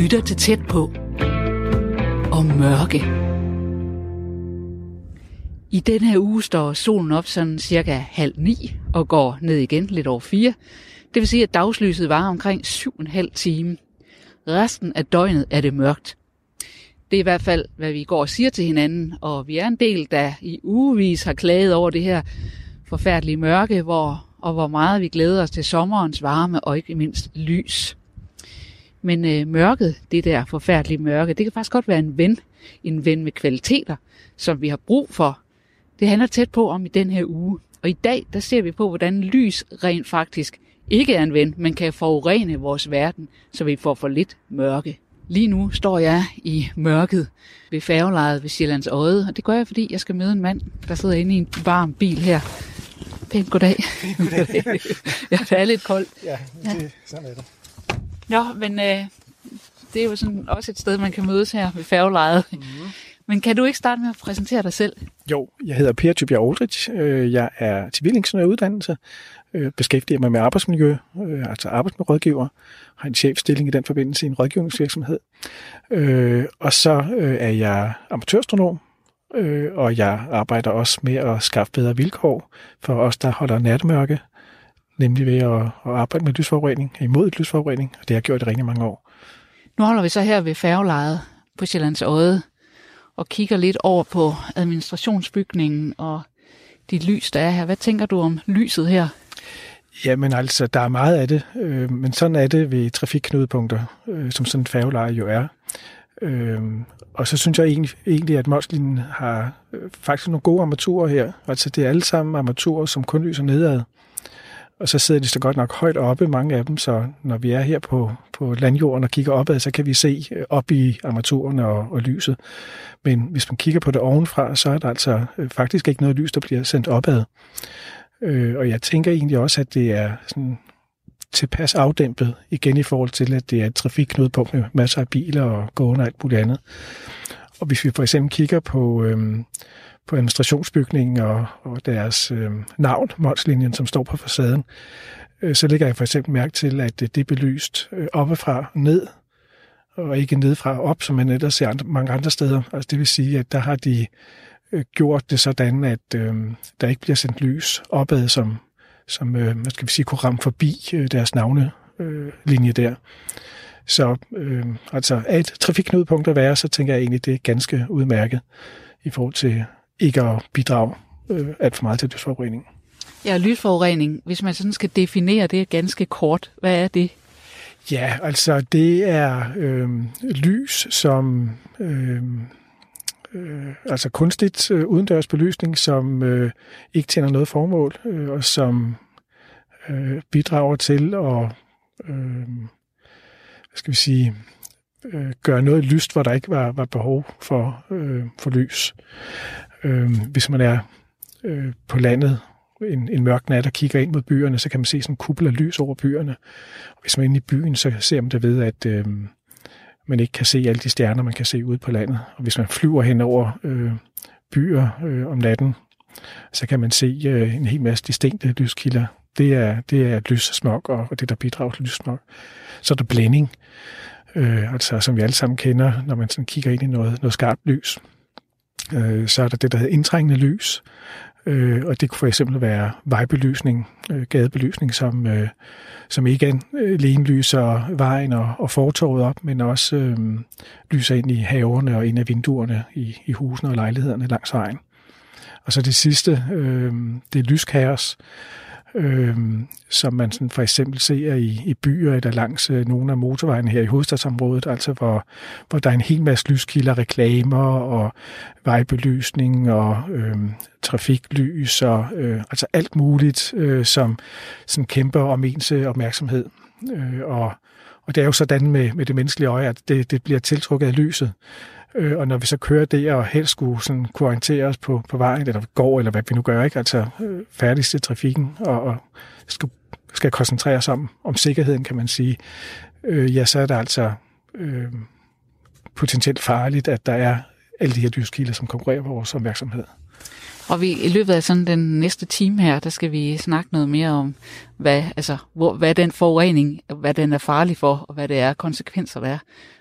lytter til Tæt på og mørke. I denne her uge står solen op sådan cirka 8:30 og går ned igen lidt over 4. Det vil sige, at dagslyset varer omkring 7,5 time. Resten af døgnet er det mørkt. Det er i hvert fald, hvad vi går og siger til hinanden, og vi er en del, der i ugevis har klaget over det her forfærdelige mørke, hvor meget vi glæder os til sommerens varme og ikke mindst lys. Men mørket, det der forfærdelige mørke, det kan faktisk godt være en ven med kvaliteter, som vi har brug for. Det handler Tæt på om i den her uge. Og i dag, der ser vi på, hvordan lys rent faktisk ikke er en ven, men kan forurene vores verden, så vi får for lidt mørke. Lige nu står jeg i mørket ved færgelejet ved Sjællands Odde, og det gør jeg, fordi jeg skal møde en mand, der sidder inde i en varm bil her. Pænt goddag. Goddag. Ja, det er lidt koldt. Ja, sådan er det. Nå, men det er jo sådan også et sted, man kan mødes her ved færgelejet. Mm-hmm. Men kan du ikke starte med at præsentere dig selv? Jo, jeg hedder Per Tybjerg Oldrich. Jeg er civilingeniøruddannelse, beskæftiger mig med arbejdsmiljø, altså arbejdsmiljørådgiver, har en chefstilling i den forbindelse i en rådgivningsvirksomhed. Og så er jeg amatørstronom, og jeg arbejder også med at skaffe bedre vilkår for os, der holder nattemørke, nemlig ved at arbejde med lysforurening, imod lysforurening, og det har jeg gjort i rigtig mange år. Nu holder vi så her ved færgelejet på Sjællands Odde og kigger lidt over på administrationsbygningen og de lys, der er her. Hvad tænker du om lyset her? Jamen altså, der er meget af det, men sådan er det ved trafikknudepunkter, som sådan et færgeleje jo er. Og så synes jeg egentlig at Molslinjen har faktisk nogle gode armaturer her. Altså det er alle sammen armaturer, som kun lyser nedad. Og så sidder de så godt nok højt oppe, mange af dem, så når vi er her på landjorden og kigger opad, så kan vi se op i armaturerne og lyset. Men hvis man kigger på det ovenfra, så er der altså faktisk ikke noget lys, der bliver sendt opad. Og jeg tænker egentlig også, at det er sådan tilpas afdæmpet, igen i forhold til, at det er et trafikknudepunkt med masser af biler og gående og alt muligt andet. Og hvis vi for eksempel kigger på administrationsbygningen og deres navn, Molslinjen, som står på facaden, så lægger jeg for eksempel mærke til, at det er belyst oppefra ned, og ikke nedefra op, som man ellers ser mange andre steder. Altså det vil sige, at der har de gjort det sådan, at der ikke bliver sendt lys opad, som hvad skal vi sige, kunne ramme forbi deres navnelinje der. Så altså af et trafikknudepunkt at være, så tænker jeg egentlig, det er ganske udmærket i forhold til ikke at bidrage alt for meget til lysforurening. Ja, lysforurening, hvis man sådan skal definere det ganske kort, hvad er det? Ja, altså det er lys, som altså kunstigt udendørs belysning, som ikke tjener noget formål, og som bidrager til at gøre noget lyst, hvor der ikke var behov for lys. Hvis man er på landet en mørk nat og kigger ind mod byerne, så kan man se sådan en kuppel af lys over byerne. Og hvis man er inde i byen, så ser man det ved, at man ikke kan se alle de stjerner, man kan se ude på landet. Og hvis man flyver hen over byer om natten, så kan man se en hel masse distinkte lyskilder. Det er lyssmog, og det, der bidrager til lyssmog. Så er der blænding, altså som vi alle sammen kender, når man sådan kigger ind i noget skarpt lys. Så er der det, der hedder indtrængende lys, og det kunne for eksempel være vejbelysning, gadebelysning, som ikke alene lyser vejen og fortovet op, men også lyser ind i haverne og ind af vinduerne i husene og lejlighederne langs vejen. Og så det sidste, det er lyskaos, som man sådan for eksempel ser i byer eller langs nogle af motorvejene her i hovedstadsområdet, altså hvor der er en hel masse lyskilder, reklamer og vejbelysning og trafiklys og altså alt muligt, som kæmper om ens opmærksomhed. Og det er jo sådan med det menneskelige øje, at det bliver tiltrukket af lyset. Og når vi så kører det og helst skulle sådan kunne orientere os på vejen, eller går, eller hvad vi nu gør, ikke? Altså færdigst til trafikken, og skal koncentrere os om sikkerheden, kan man sige, ja, så er det altså potentielt farligt, at der er alle de her lyskilder, som konkurrerer på vores opmærksomhed. Og i løbet af sådan den næste time her, der skal vi snakke noget mere om, hvad den forurening, hvad den er farlig for, og hvad det er konsekvenser der er.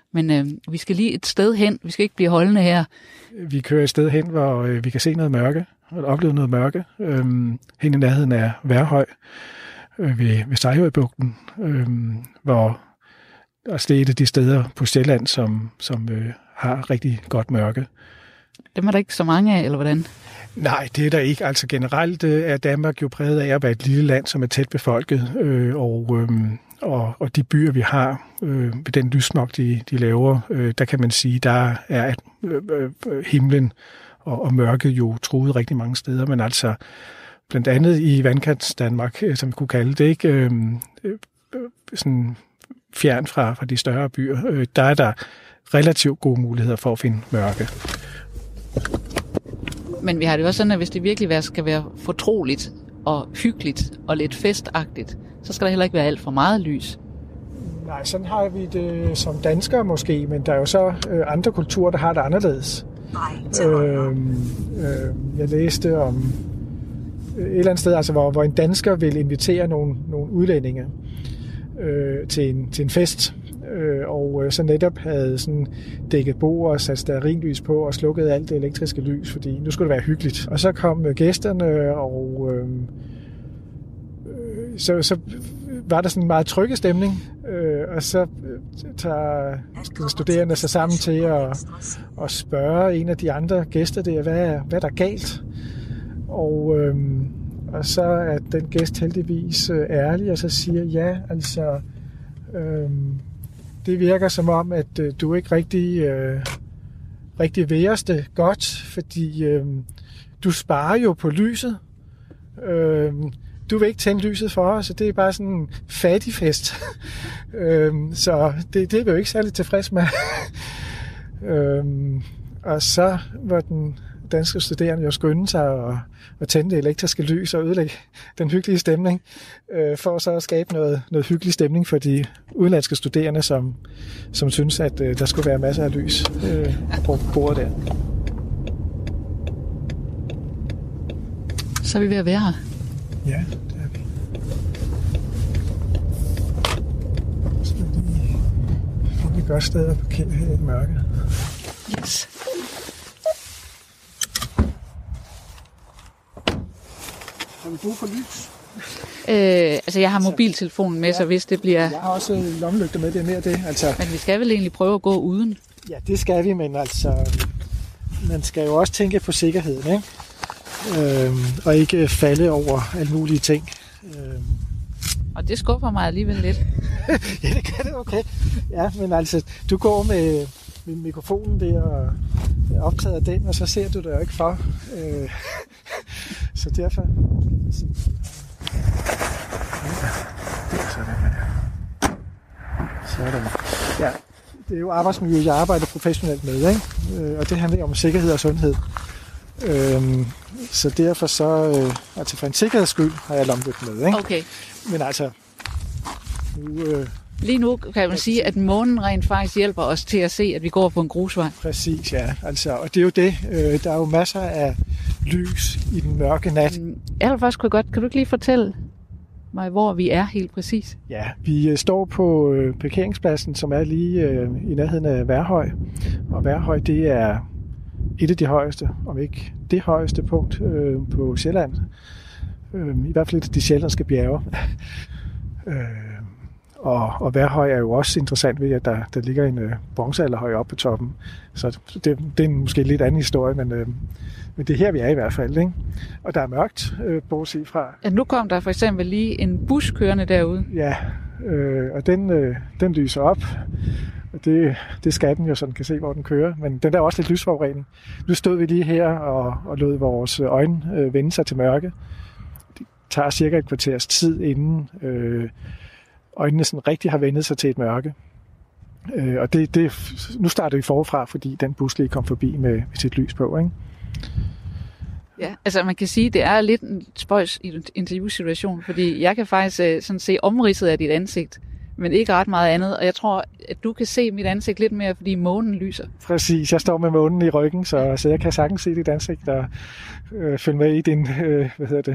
Men vi skal lige et sted hen. Vi skal ikke blive holdende her. Vi kører et sted hen, hvor vi kan se noget mørke, og opleve noget mørke. Hen i nærheden af Værhøj, ved Sejhøjbugten, hvor altså det er et af de steder på Sjælland, som har rigtig godt mørke. Dem er der ikke så mange af, eller hvordan? Nej, det er der ikke. Altså generelt er Danmark jo præget af at være et lille land, som er tæt befolket, og de byer, vi har, ved den lysmok, de laver, der kan man sige, der er himlen og mørket jo truet rigtig mange steder, men altså blandt andet i vandkants Danmark, som vi kunne kalde det, ikke? Sådan fjern fra de større byer, der er der relativt gode muligheder for at finde mørke. Men vi har det også sådan, at hvis det virkelig skal være fortroligt og hyggeligt og lidt festagtigt, så skal der heller ikke være alt for meget lys. Nej, sådan har vi det som danskere måske, men der er jo så andre kulturer, der har det anderledes. Jeg læste om et eller andet sted, altså, hvor en dansker vil invitere nogle udlændinge til en fest, og så netop havde sådan dækket bord og sat stearinlys på og slukket alt det elektriske lys, fordi nu skulle det være hyggeligt. Og så kom gæsterne, og så var der sådan en meget trygge stemning, og så tager studerende sig sammen til at spørge en af de andre gæster, det er, hvad er der galt? Og så er den gæst heldigvis ærlig, og så siger, ja, altså, det virker som om, at du ikke rigtig væres det godt, fordi du sparer jo på lyset. Du vil ikke tænde lyset for os, så det er bare sådan en fattig fest. Så det er vi jo ikke særlig tilfreds med. Og så var den danske studerende jo skynde sig at tænde det elektriske lys og ødelægge den hyggelige stemning, for så at skabe noget hyggelig stemning for de udenlandske studerende, som synes, at der skulle være masser af lys på bordet der. Så er vi ved at være her. Ja, det er vi. Så er det et godt sted at parkere her i mørket. Yes. Har vi brug for lys? Altså, jeg har mobiltelefonen med, så hvis det bliver... Jeg har også lommelygter med, det er mere det. Altså... Men vi skal vel egentlig prøve at gå uden? Ja, det skal vi, men altså... Man skal jo også tænke på sikkerheden, ikke? Og ikke falde over alle mulige ting. Og det skuffer mig alligevel lidt. Ja, det kan det, okay. Ja, men altså, du går med mikrofonen der og optager den, og så ser du det jo ikke for. Så derfor... Sådan. Ja, det er jo arbejdsmiljø, jeg arbejder professionelt med, ikke? Og det handler om sikkerhed og sundhed. Så derfor så, altså for en sikkerheds skyld, har jeg lommelygte med, ikke? Okay. Men altså, lige nu kan man sige, at månen rent faktisk hjælper os til at se, at vi går på en grusvej. Præcis, ja. Altså, og det er jo det. Der er jo masser af lys i den mørke nat. Allerførst kan du ikke lige fortælle mig, hvor vi er helt præcis? Ja, vi står på parkeringspladsen, som er lige i nærheden af Værhøj. Og Værhøj, det er et af de højeste, om ikke det højeste punkt på Sjælland. I hvert fald et af de sjællandske bjerge. Og Værhøj er jo også interessant ved, at der ligger en bronzealderhøj oppe på toppen. Så det er måske en lidt anden historie, men det er her, vi er i hvert fald, ikke? Og der er mørkt, bortset fra... Ja, nu kom der for eksempel lige en bus kørende derude. Ja, og den lyser op. Og det skal den jo, så den kan se, hvor den kører. Men den der er også lidt lysforurening. Nu stod vi lige her og lod vores øjne vende sig til mørke. Det tager cirka et kvarters tid, inden øjnene sådan rigtig har vendet sig til et mørke. Og nu starter vi forfra, fordi den bus lige kom forbi med sit lys på, ikke? Ja, altså man kan sige, at det er lidt en spøjs interviewsituation, fordi jeg kan faktisk sådan se omridset af dit ansigt, men ikke ret meget andet. Og jeg tror, at du kan se mit ansigt lidt mere, fordi månen lyser. Præcis, jeg står med månen i ryggen, så jeg kan sagtens se dit ansigt og følge med i din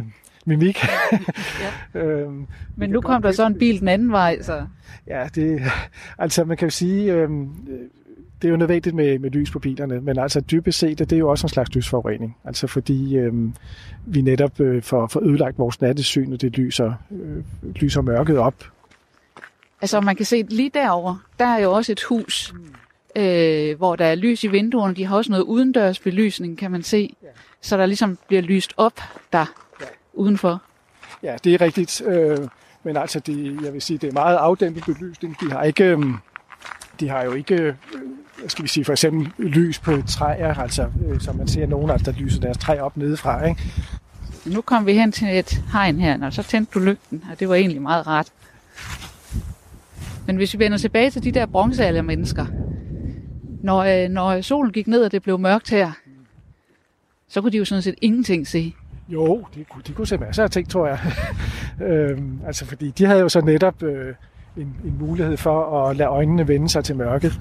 mimik. Ja. Men nu kom der så en bil den anden vej, så... Ja, altså man kan jo sige, det er jo nødvendigt med lys på bilerne, men altså dybest set, det er jo også en slags lysforurening. Altså fordi vi netop får ødelagt vores nattesyn, og det lyser mørket op. Altså man kan se lige derovre, der er jo også et hus, hvor der er lys i vinduerne. De har også noget udendørs belysning, kan man se. Ja. Så der ligesom bliver lyst op der udenfor. Ja, det er rigtigt. Men altså, jeg vil sige, det er meget afdæmpet belysning. De har jo ikke, skal vi sige, for eksempel lys på træer, altså som man ser nogen, der lyser deres træ op nedefra, ikke? Nu kom vi hen til et hegn her, og så tændte du lygten, og det var egentlig meget rart. Men hvis vi vender tilbage til de der bronzealdermennesker, når solen gik ned, og det blev mørkt her, så kunne de jo sådan set ingenting se. Jo, de kunne se masser af ting, tror jeg. Altså fordi de havde jo så netop en mulighed for at lade øjnene vende sig til mørket.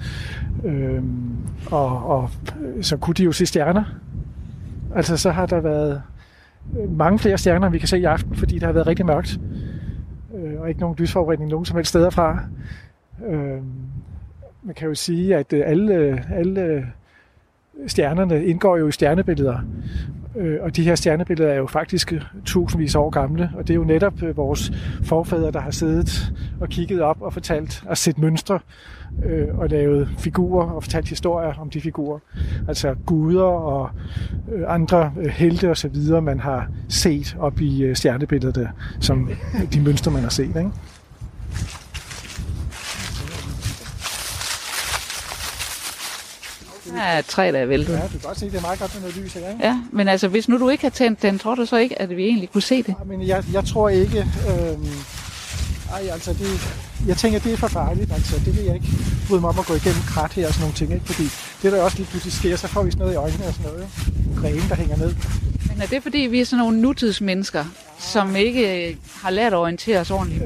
Og så kunne de jo se stjerner. Altså så har der været mange flere stjerner, vi kan se i aften, fordi der har været rigtig mørkt. Og ikke nogen lysforurening nogen som helst steder fra. Man kan jo sige, at alle stjernerne indgår jo i stjernebilleder. Og de her stjernebilleder er jo faktisk tusindvis af år gamle, og det er jo netop vores forfædre, der har siddet og kigget op og fortalt og set mønstre og lavet figurer og fortalt historier om de figurer. Altså guder og andre helte og så videre, man har set op i stjernebilleder, som de mønstre, man har set, ikke? Der er et træ, der er væltet. Ja, du kan godt se, det er meget godt med noget lys her, ikke? Ja, men altså, hvis nu du ikke har tændt den, tror du så ikke, at vi egentlig kunne se det? Ja, men jeg tror ikke... jeg tænker, det er for farligt. Altså, det vil jeg ikke bryde mig om at gå igennem krat her og sådan nogle ting, ikke? Fordi det der også lige pludselig sker, så får vi sådan noget i øjnene og sådan noget, ikke? Grene, der hænger ned. Men er det fordi, vi er sådan nogle nutidsmennesker, som ikke har lært at orientere os ordentligt?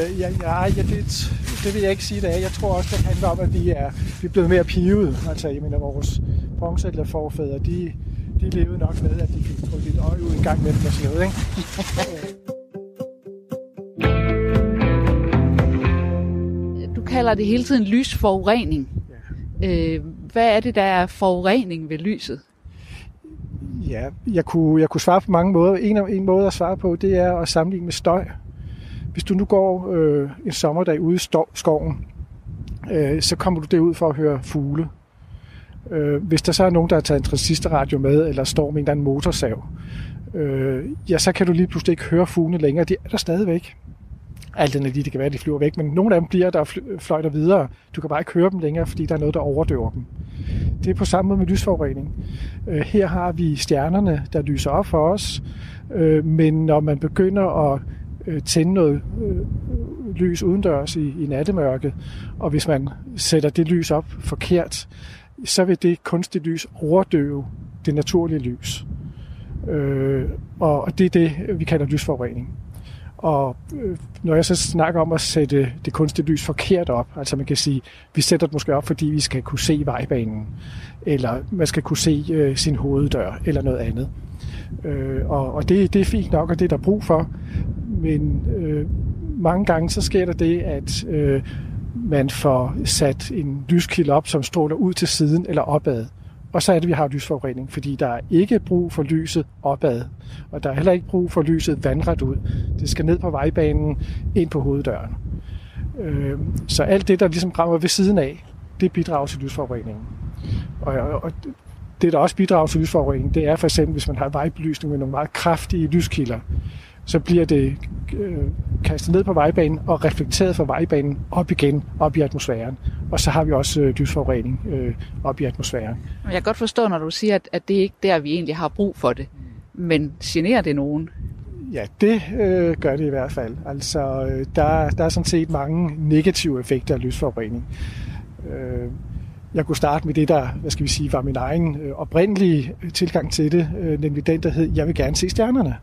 Det vil jeg ikke sige, det er. Jeg tror også, det handler om, at vi er blevet mere pivede. Altså, jeg mener, vores bronzealderforfædre, de levede nok med, at de fik trykket et øje ud en gang med dem og sådan noget, ikke? Du kalder det hele tiden lysforurening. Ja. Hvad er det, der er forurening ved lyset? Ja, jeg kunne svare på mange måder. En måde at svare på, det er at sammenligne med støj. Hvis du nu går en sommerdag ude i skoven, så kommer du derud for at høre fugle. Hvis der så er nogen, der har taget en transistorradio med, eller står med en eller anden motorsav, så kan du lige pludselig ikke høre fuglene længere. De er der stadigvæk. Alt andet lige, det kan være, at de flyver væk, men nogle af dem bliver der og fløjter videre. Du kan bare ikke høre dem længere, fordi der er noget, der overdøver dem. Det er på samme måde med lysforurening. Her har vi stjernerne, der lyser op for os, men når man begynder at tænde noget lys udendørs i nattemørket, og hvis man sætter det lys op forkert, så vil det kunstige lys overdøve det naturlige lys. Og det er det, vi kalder lysforurening. Og når jeg så snakker om at sætte det kunstige lys forkert op, altså man kan sige, vi sætter det måske op, fordi vi skal kunne se vejbanen, eller man skal kunne se sin hoveddør, eller noget andet. Og det er fint nok, og det er der brug for. Men mange gange så sker der det, at man får sat en lyskilde op, som stråler ud til siden eller opad. Og så er det, vi har lysforurening, fordi der er ikke brug for lyset opad, og der er heller ikke brug for lyset vandret ud. Det skal ned på vejbanen, ind på hoveddøren. Så alt det, der ligesom rammer ved siden af, det bidrager til lysforureningen. Og det, der også bidrager til lysforurening, det er for eksempel, hvis man har vejbelysning med nogle meget kraftige lyskilder, så bliver det kastet ned på vejbanen og reflekteret fra vejbanen op igen, op i atmosfæren. Og så har vi også lysforurening op i atmosfæren. Jeg kan godt forstå, når du siger, at det er ikke der, vi egentlig har brug for det. Men generer det nogen? Ja, det gør det i hvert fald. Altså, der er sådan set mange negative effekter af lysforurening. Jeg kunne starte med det, der var min egen oprindelige tilgang til det, nemlig den, der hed, jeg vil gerne se stjernerne.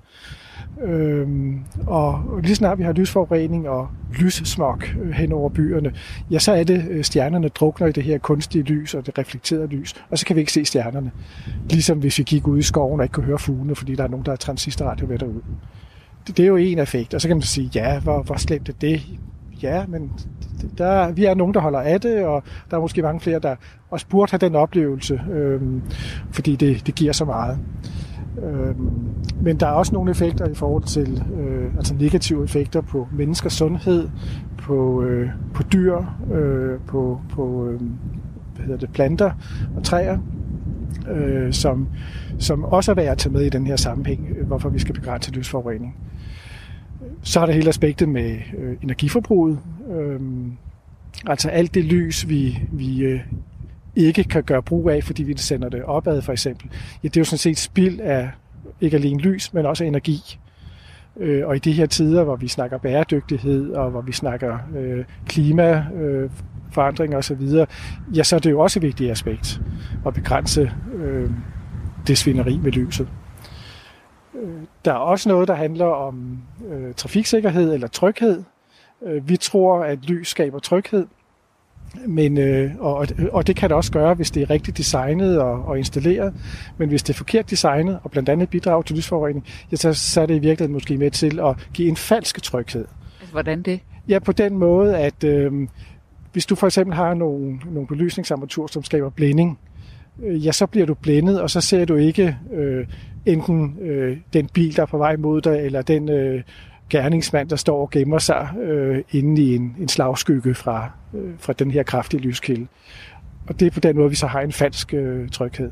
Og lige snart vi har lysforurening og lyssmog hen over byerne, ja, så er det, stjernerne drukner i det her kunstige lys og det reflekterede lys, og så kan vi ikke se stjernerne. Ligesom hvis vi gik ud i skoven og ikke kunne høre fuglene, fordi der er nogen, der har transistorradio ved derude. det er jo en effekt, og så kan man sige, ja, hvor slemt er det? Ja, men vi er nogen, der holder af det, og der er måske mange flere, der også burde have den oplevelse, fordi det giver så meget. Men der er også nogle effekter i forhold til altså negative effekter på menneskers sundhed, på dyr, på planter og træer, som også er værd at tage med i den her sammenhæng, hvorfor vi skal begrænse lysforurening. Så er der hele aspektet med energiforbruget. Altså alt det lys, vi ikke kan gøre brug af, fordi vi sender det opad for eksempel. Ja, det er jo sådan set spild af ikke alene lys, men også energi. Og i de her tider, hvor vi snakker bæredygtighed, og hvor vi snakker klimaforandring og så videre, ja, så er det jo også et vigtigt aspekt at begrænse det svineri med lyset. Der er også noget, der handler om trafiksikkerhed eller tryghed. Vi tror, at lys skaber tryghed, men, og det kan det også gøre, hvis det er rigtigt designet og installeret. Men hvis det er forkert designet, og blandt andet bidrager til lysforurening, ja, så er det i virkeligheden måske med til at give en falsk tryghed. Hvordan det? Ja, på den måde, at hvis du for eksempel har nogle belysningsarmaturer, som skaber blænding, ja, så bliver du blændet, og så ser du ikke enten den bil, der er på vej mod dig, eller den gerningsmand, der står og gemmer sig inde i en slagskygge fra den her kraftige lyskilde. Og det er på den måde, vi så har en falsk tryghed.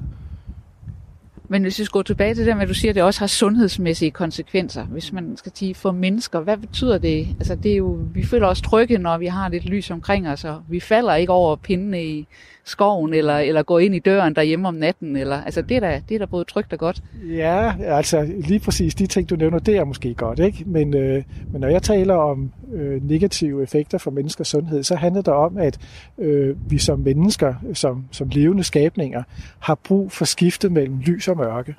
Men hvis vi skal gå tilbage til det med, at du siger, at det også har sundhedsmæssige konsekvenser, hvis man skal sige for mennesker, hvad betyder det? Altså det er jo, vi føler os trygge, når vi har lidt lys omkring os, og vi falder ikke over pindene i skoven, eller går ind i døren derhjemme om natten, eller, altså det er da både trygt og godt. Ja, altså lige præcis de ting, du nævner, det er måske godt, ikke? Men når jeg taler om negative effekter for menneskers sundhed, så handler det om, at vi som mennesker, som levende skabninger, har brug for skifte mellem lys og mørke.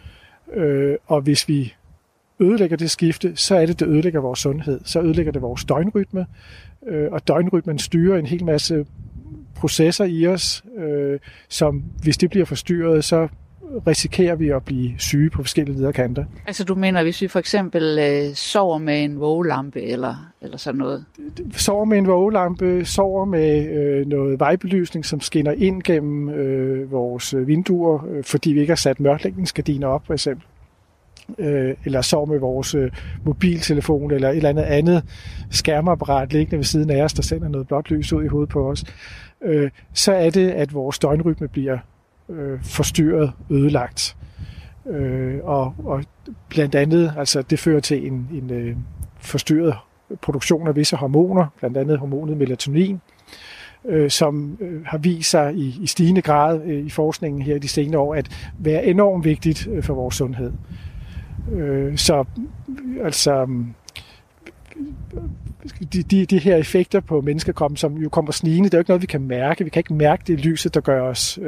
Og hvis vi ødelægger det skifte, så er det ødelægger vores sundhed. Så ødelægger det vores døgnrytme, og døgnrytmen styrer en hel masse processer i os, som hvis det bliver forstyrret, så risikerer vi at blive syge på forskellige lederkanter. Altså du mener, hvis vi for eksempel sover med en vågelampe eller sådan noget? Sover med en vågelampe, sover med noget vejbelysning, som skinner ind gennem vores vinduer, fordi vi ikke har sat mørklægningsgardiner op for eksempel. Eller sover med vores mobiltelefon eller et eller andet skærmapparat liggende ved siden af os, der sender noget blåt lys ud i hovedet på os, så er det, at vores døgnrytme bliver forstyrret, ødelagt. Og blandt andet, altså det fører til en forstyrret produktion af visse hormoner, blandt andet hormonet melatonin, som har vist sig i stigende grad i forskningen her de senere år, at være enormt vigtigt for vores sundhed. Så altså de her effekter på menneskekroppen, som jo kommer snigende, det er jo ikke noget, vi kan mærke. Vi kan ikke mærke det lyset, der gør os,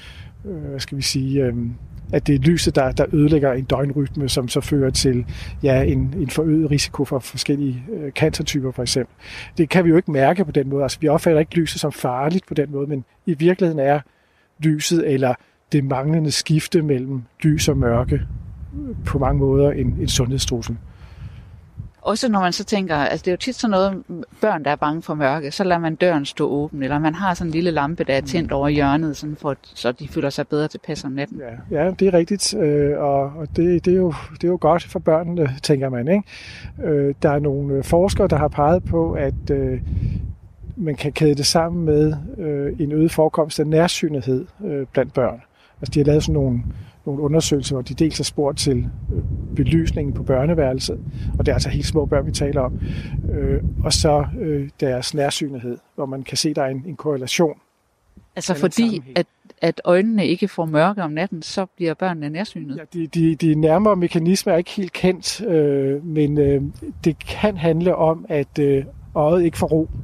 at det er lyset, der ødelægger en døgnrytme, som så fører til en forøget risiko for forskellige cancertyper for eksempel. Det kan vi jo ikke mærke på den måde. Altså, vi opfatter ikke lyset som farligt på den måde, men i virkeligheden er lyset eller det manglende skifte mellem lys og mørke på mange måder en sundhedstrussel. Også når man så tænker, altså det er jo tit sådan noget, børn der er bange for mørke, så lader man døren stå åben, eller man har sådan en lille lampe, der er tændt over hjørnet, sådan så de føler sig bedre tilpas om natten. Ja, det er rigtigt, og det er jo godt for børnene, tænker man, ikke? Der er nogle forskere, der har peget på, at man kan kæde det sammen med en øget forekomst af nærsynethed blandt børn. Altså de har lavet sådan nogle undersøgelser, hvor de dels har spurgt til belysningen på børneværelset, og det er altså helt små børn, vi taler om, og så deres nærsynethed, hvor man kan se, der er en korrelation. Altså fordi, at øjnene ikke får mørke om natten, så bliver børnene nærsynet? Ja, de nærmere mekanismer er ikke helt kendt, men det kan handle om, at øjet ikke får ro.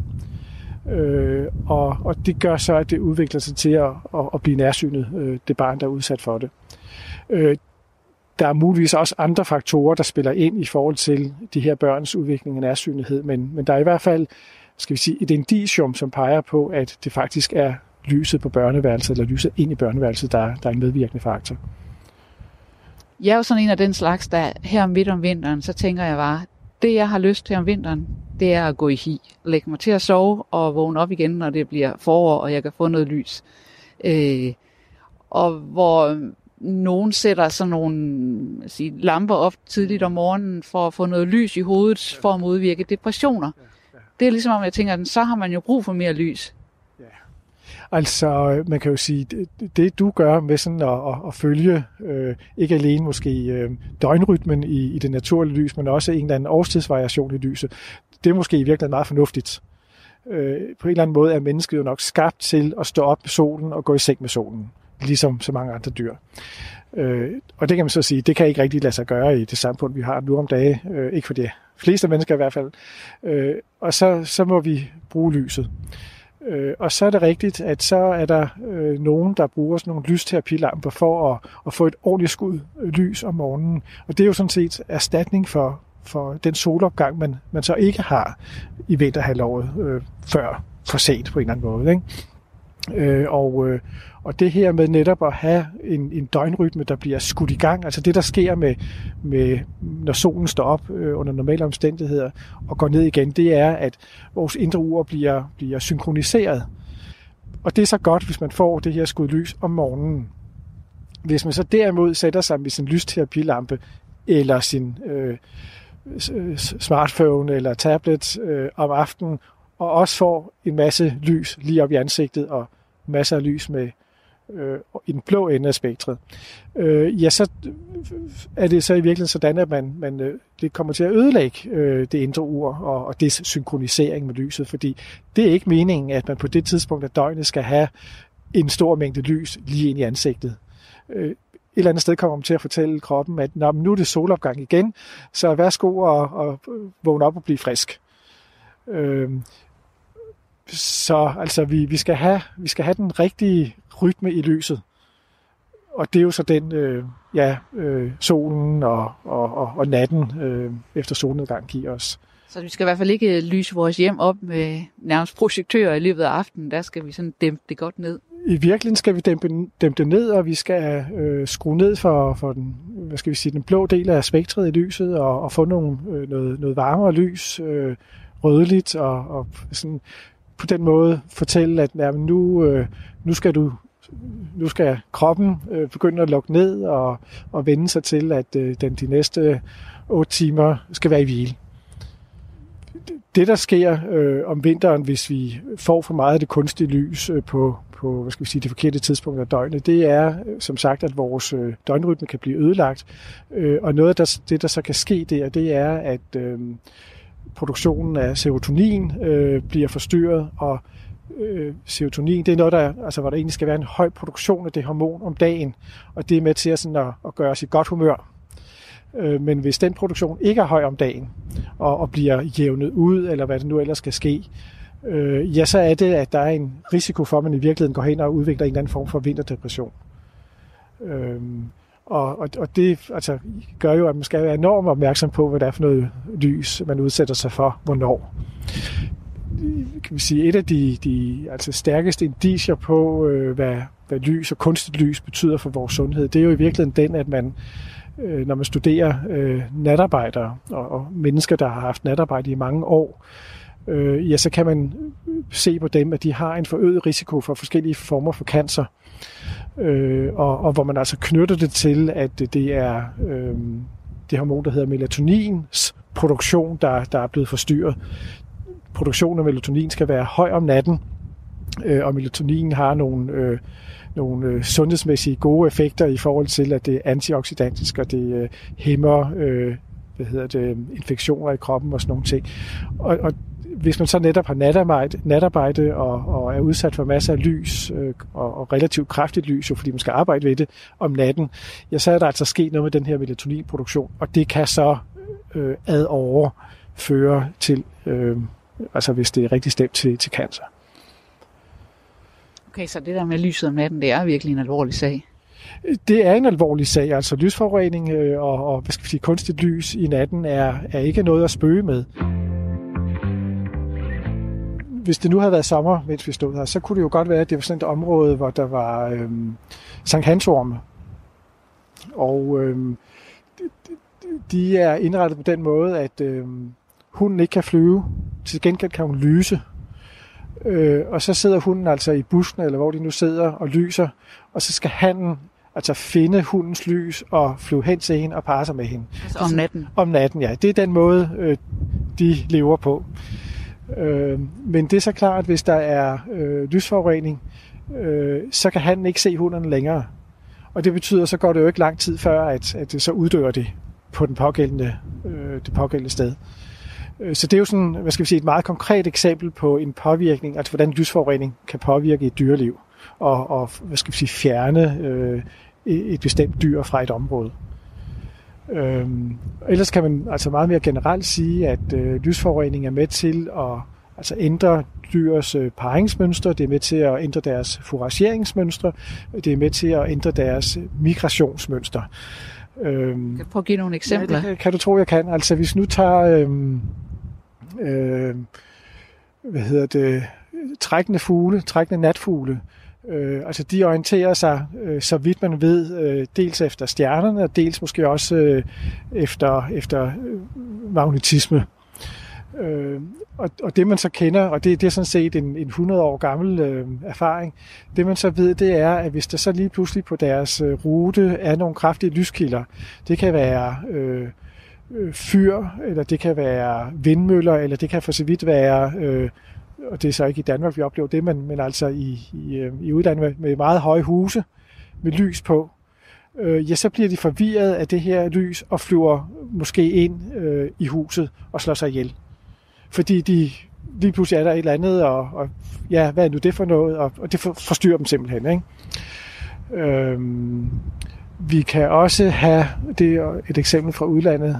Og det gør så, at det udvikler sig til at blive nærsynet, det barn, der er udsat for det. Der er muligvis også andre faktorer, der spiller ind i forhold til de her børns udvikling af nærsynethed, men der er i hvert fald, skal vi sige, et indicium, som peger på, at det faktisk er lyset på børneværelset, eller lyset ind i børneværelset, der er en medvirkende faktor. Jeg er jo sådan en af den slags, der her midt om vinteren, så tænker jeg bare, det jeg har lyst til om vinteren, det er at gå i hi. Lægge mig til at sove og vågne op igen, når det bliver forår, og jeg kan få noget lys. Og hvor nogen sætter sådan nogle lamper op tidligt om morgenen for at få noget lys i hovedet, for at modvirke depressioner. Det er ligesom om jeg tænker, så har man jo brug for mere lys. Ja. Altså, man kan jo sige, det du gør med sådan at følge, ikke alene måske døgnrytmen i det naturlige lys, men også en eller anden årstidsvariation i lyset, det er måske i virkeligheden meget fornuftigt. På en eller anden måde er mennesket jo nok skabt til at stå op med solen og gå i seng med solen, ligesom så mange andre dyr. Og det kan man så sige, det kan ikke rigtig lade sig gøre i det samfund, vi har nu om dage. Ikke for de fleste mennesker i hvert fald. Og så må vi bruge lyset. Og så er det rigtigt, at så er der nogen, der bruger sådan nogle lysterapilamper for at få et ordentligt skud lys om morgenen. Og det er jo sådan set erstatning for den solopgang, man så ikke har i vinterhalvåret før for sent på en eller anden måde. Ikke? Og det her med netop at have en døgnrytme, der bliver skudt i gang, altså det, der sker med når solen står op under normale omstændigheder og går ned igen, det er, at vores indre ur bliver synkroniseret. Og det er så godt, hvis man får det her skud lys om morgenen. Hvis man så derimod sætter sig med sin lysterapilampe eller sin smartphone eller tablet om aftenen, og også får en masse lys lige op i ansigtet og masser af lys med i den blå ende af spektret, så er det så i virkeligheden sådan, at man det kommer til at ødelægge det indre ur og det synkronisering med lyset, fordi det er ikke meningen, at man på det tidspunkt af døgnet skal have en stor mængde lys lige ind i ansigtet. Et eller andet sted kommer man til at fortælle kroppen, at nu er det solopgang igen, så værsgo og vågne op og blive frisk. Så altså vi skal have den rigtige rytme i lyset. Og det er jo så den solen og natten efter solnedgang giver os. Så vi skal i hvert fald ikke lyse vores hjem op med nærmest projektører i løbet af aftenen. Der skal vi sådan dæmpe det godt ned. I virkeligheden skal vi dæmpe det ned, og vi skal skrue ned for den, den blå del af spektret i lyset og få noget varmere lys, rødligt og sådan på den måde fortælle, at nu skal kroppen begynde at lukke ned og vende sig til, at den de næste 8 timer skal være i hvile. Det, der sker om vinteren, hvis vi får for meget af det kunstige lys på det forkerte tidspunkt af døgnet, det er som sagt, at vores døgnrytme kan blive ødelagt. Og noget af det, der så kan ske det er, at produktionen af serotonin bliver forstyrret, og serotonin, det er noget, hvor der egentlig skal være en høj produktion af det hormon om dagen, og det er med til at gøre os i godt humør. Men hvis den produktion ikke er høj om dagen, og bliver jævnet ud, eller hvad det nu ellers skal ske, så er det, at der er en risiko for, at man i virkeligheden går hen og udvikler en eller anden form for vinterdepression. Og det gør jo, at man skal være enormt opmærksom på, hvad det er for noget lys, man udsætter sig for, hvornår. Kan vi sige, et af de stærkeste indicier på, hvad lys og kunstigt lys betyder for vores sundhed, det er jo i virkeligheden den, at man, når man studerer natarbejdere og mennesker, der har haft natarbejde i mange år, så kan man se på dem, at de har en forøget risiko for forskellige former for cancer. Og hvor man altså knytter det til, at det er det hormon, der hedder melatonins produktion, der er blevet forstyrret. Produktionen af melatonin skal være høj om natten, og melatonin har nogle sundhedsmæssige gode effekter i forhold til, at det er antioxidantisk, og det hæmmer infektioner i kroppen og sådan nogle ting. Og hvis man så netop har natarbejde og er udsat for masser af lys og relativt kraftigt lys, jo fordi man skal arbejde ved det om natten, så er der altså sket noget med den her melatoninproduktion, og det kan så ad over føre til, hvis det er rigtig stemt til cancer. Okay, så det der med lyset om natten, det er virkelig en alvorlig sag? Det er en alvorlig sag. Altså lysforurening og kunstigt lys i natten er ikke noget at spøge med. Hvis det nu havde været sommer, mens vi stod her, så kunne det jo godt være, at det var sådan et område, hvor der var Sankt Hans orme. Og de er indrettet på den måde, at hunden ikke kan flyve. Til gengæld kan hun lyse. Og så sidder hunden altså i busken, eller hvor de nu sidder og lyser. Og så skal hannen altså finde hundens lys og flyve hen til hende og parre sig med hende. Altså om natten? Om natten, ja. Det er den måde, de lever på. Men det er så klart, at hvis der er lysforurening, så kan hannen ikke se hunderne længere. Og det betyder, så går det jo ikke lang tid før, at det så uddør det på det pågældende sted. Så det er jo sådan, hvad skal vi sige, et meget konkret eksempel på en påvirkning, altså hvordan lysforurening kan påvirke et dyreliv og hvad skal vi sige, fjerne et bestemt dyr fra et område. Ellers kan man altså meget mere generelt sige, at lysforurening er med til at altså ændre dyrs parringsmønstre, det er med til at ændre deres forageringsmønstre, det er med til at ændre deres migrationsmønstre. Kan du prøve at give nogle eksempler? Ja, det kan du tro, jeg kan. Altså hvis nu tager trækkende natfugle, altså de orienterer sig, så vidt man ved, dels efter stjernerne, og dels måske også efter magnetisme. Og det man så kender, og det er sådan set en 100 år gammel erfaring, det man så ved, det er, at hvis der så lige pludselig på deres rute er nogle kraftige lyskilder, det kan være fyr, eller det kan være vindmøller, eller det kan for så vidt være, og det er så ikke i Danmark, vi oplever det, men altså i udlandet med meget høje huse med lys på, ja, så bliver de forvirret af det her lys og flyver måske ind i huset og slår sig ihjel. Fordi de lige pludselig er der et eller andet, og ja, hvad er nu det for noget? Og det forstyrrer dem simpelthen, ikke? Vi kan også have, det er et eksempel fra udlandet,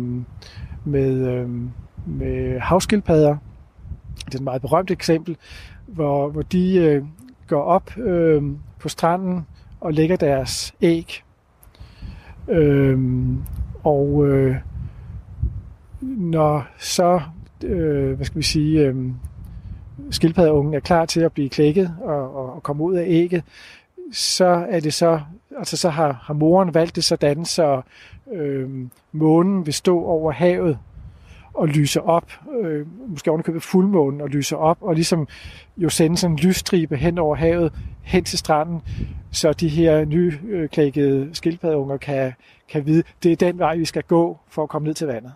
med havskildpadder. Det er et meget berømt eksempel, hvor de går op på stranden og lægger deres æg. Når så skildpaddeungen er klar til at blive klækket og komme ud af ægget, så er det så har moren valgt det sådan, så månen vil stå over havet og lyse op, måske ovenikøbet fuldmånen og lyse op, og ligesom jo sende sådan en lysstribe hen over havet, hen til stranden, så de her nyklækkede skildpaddeunger kan vide, det er den vej, vi skal gå for at komme ned til vandet.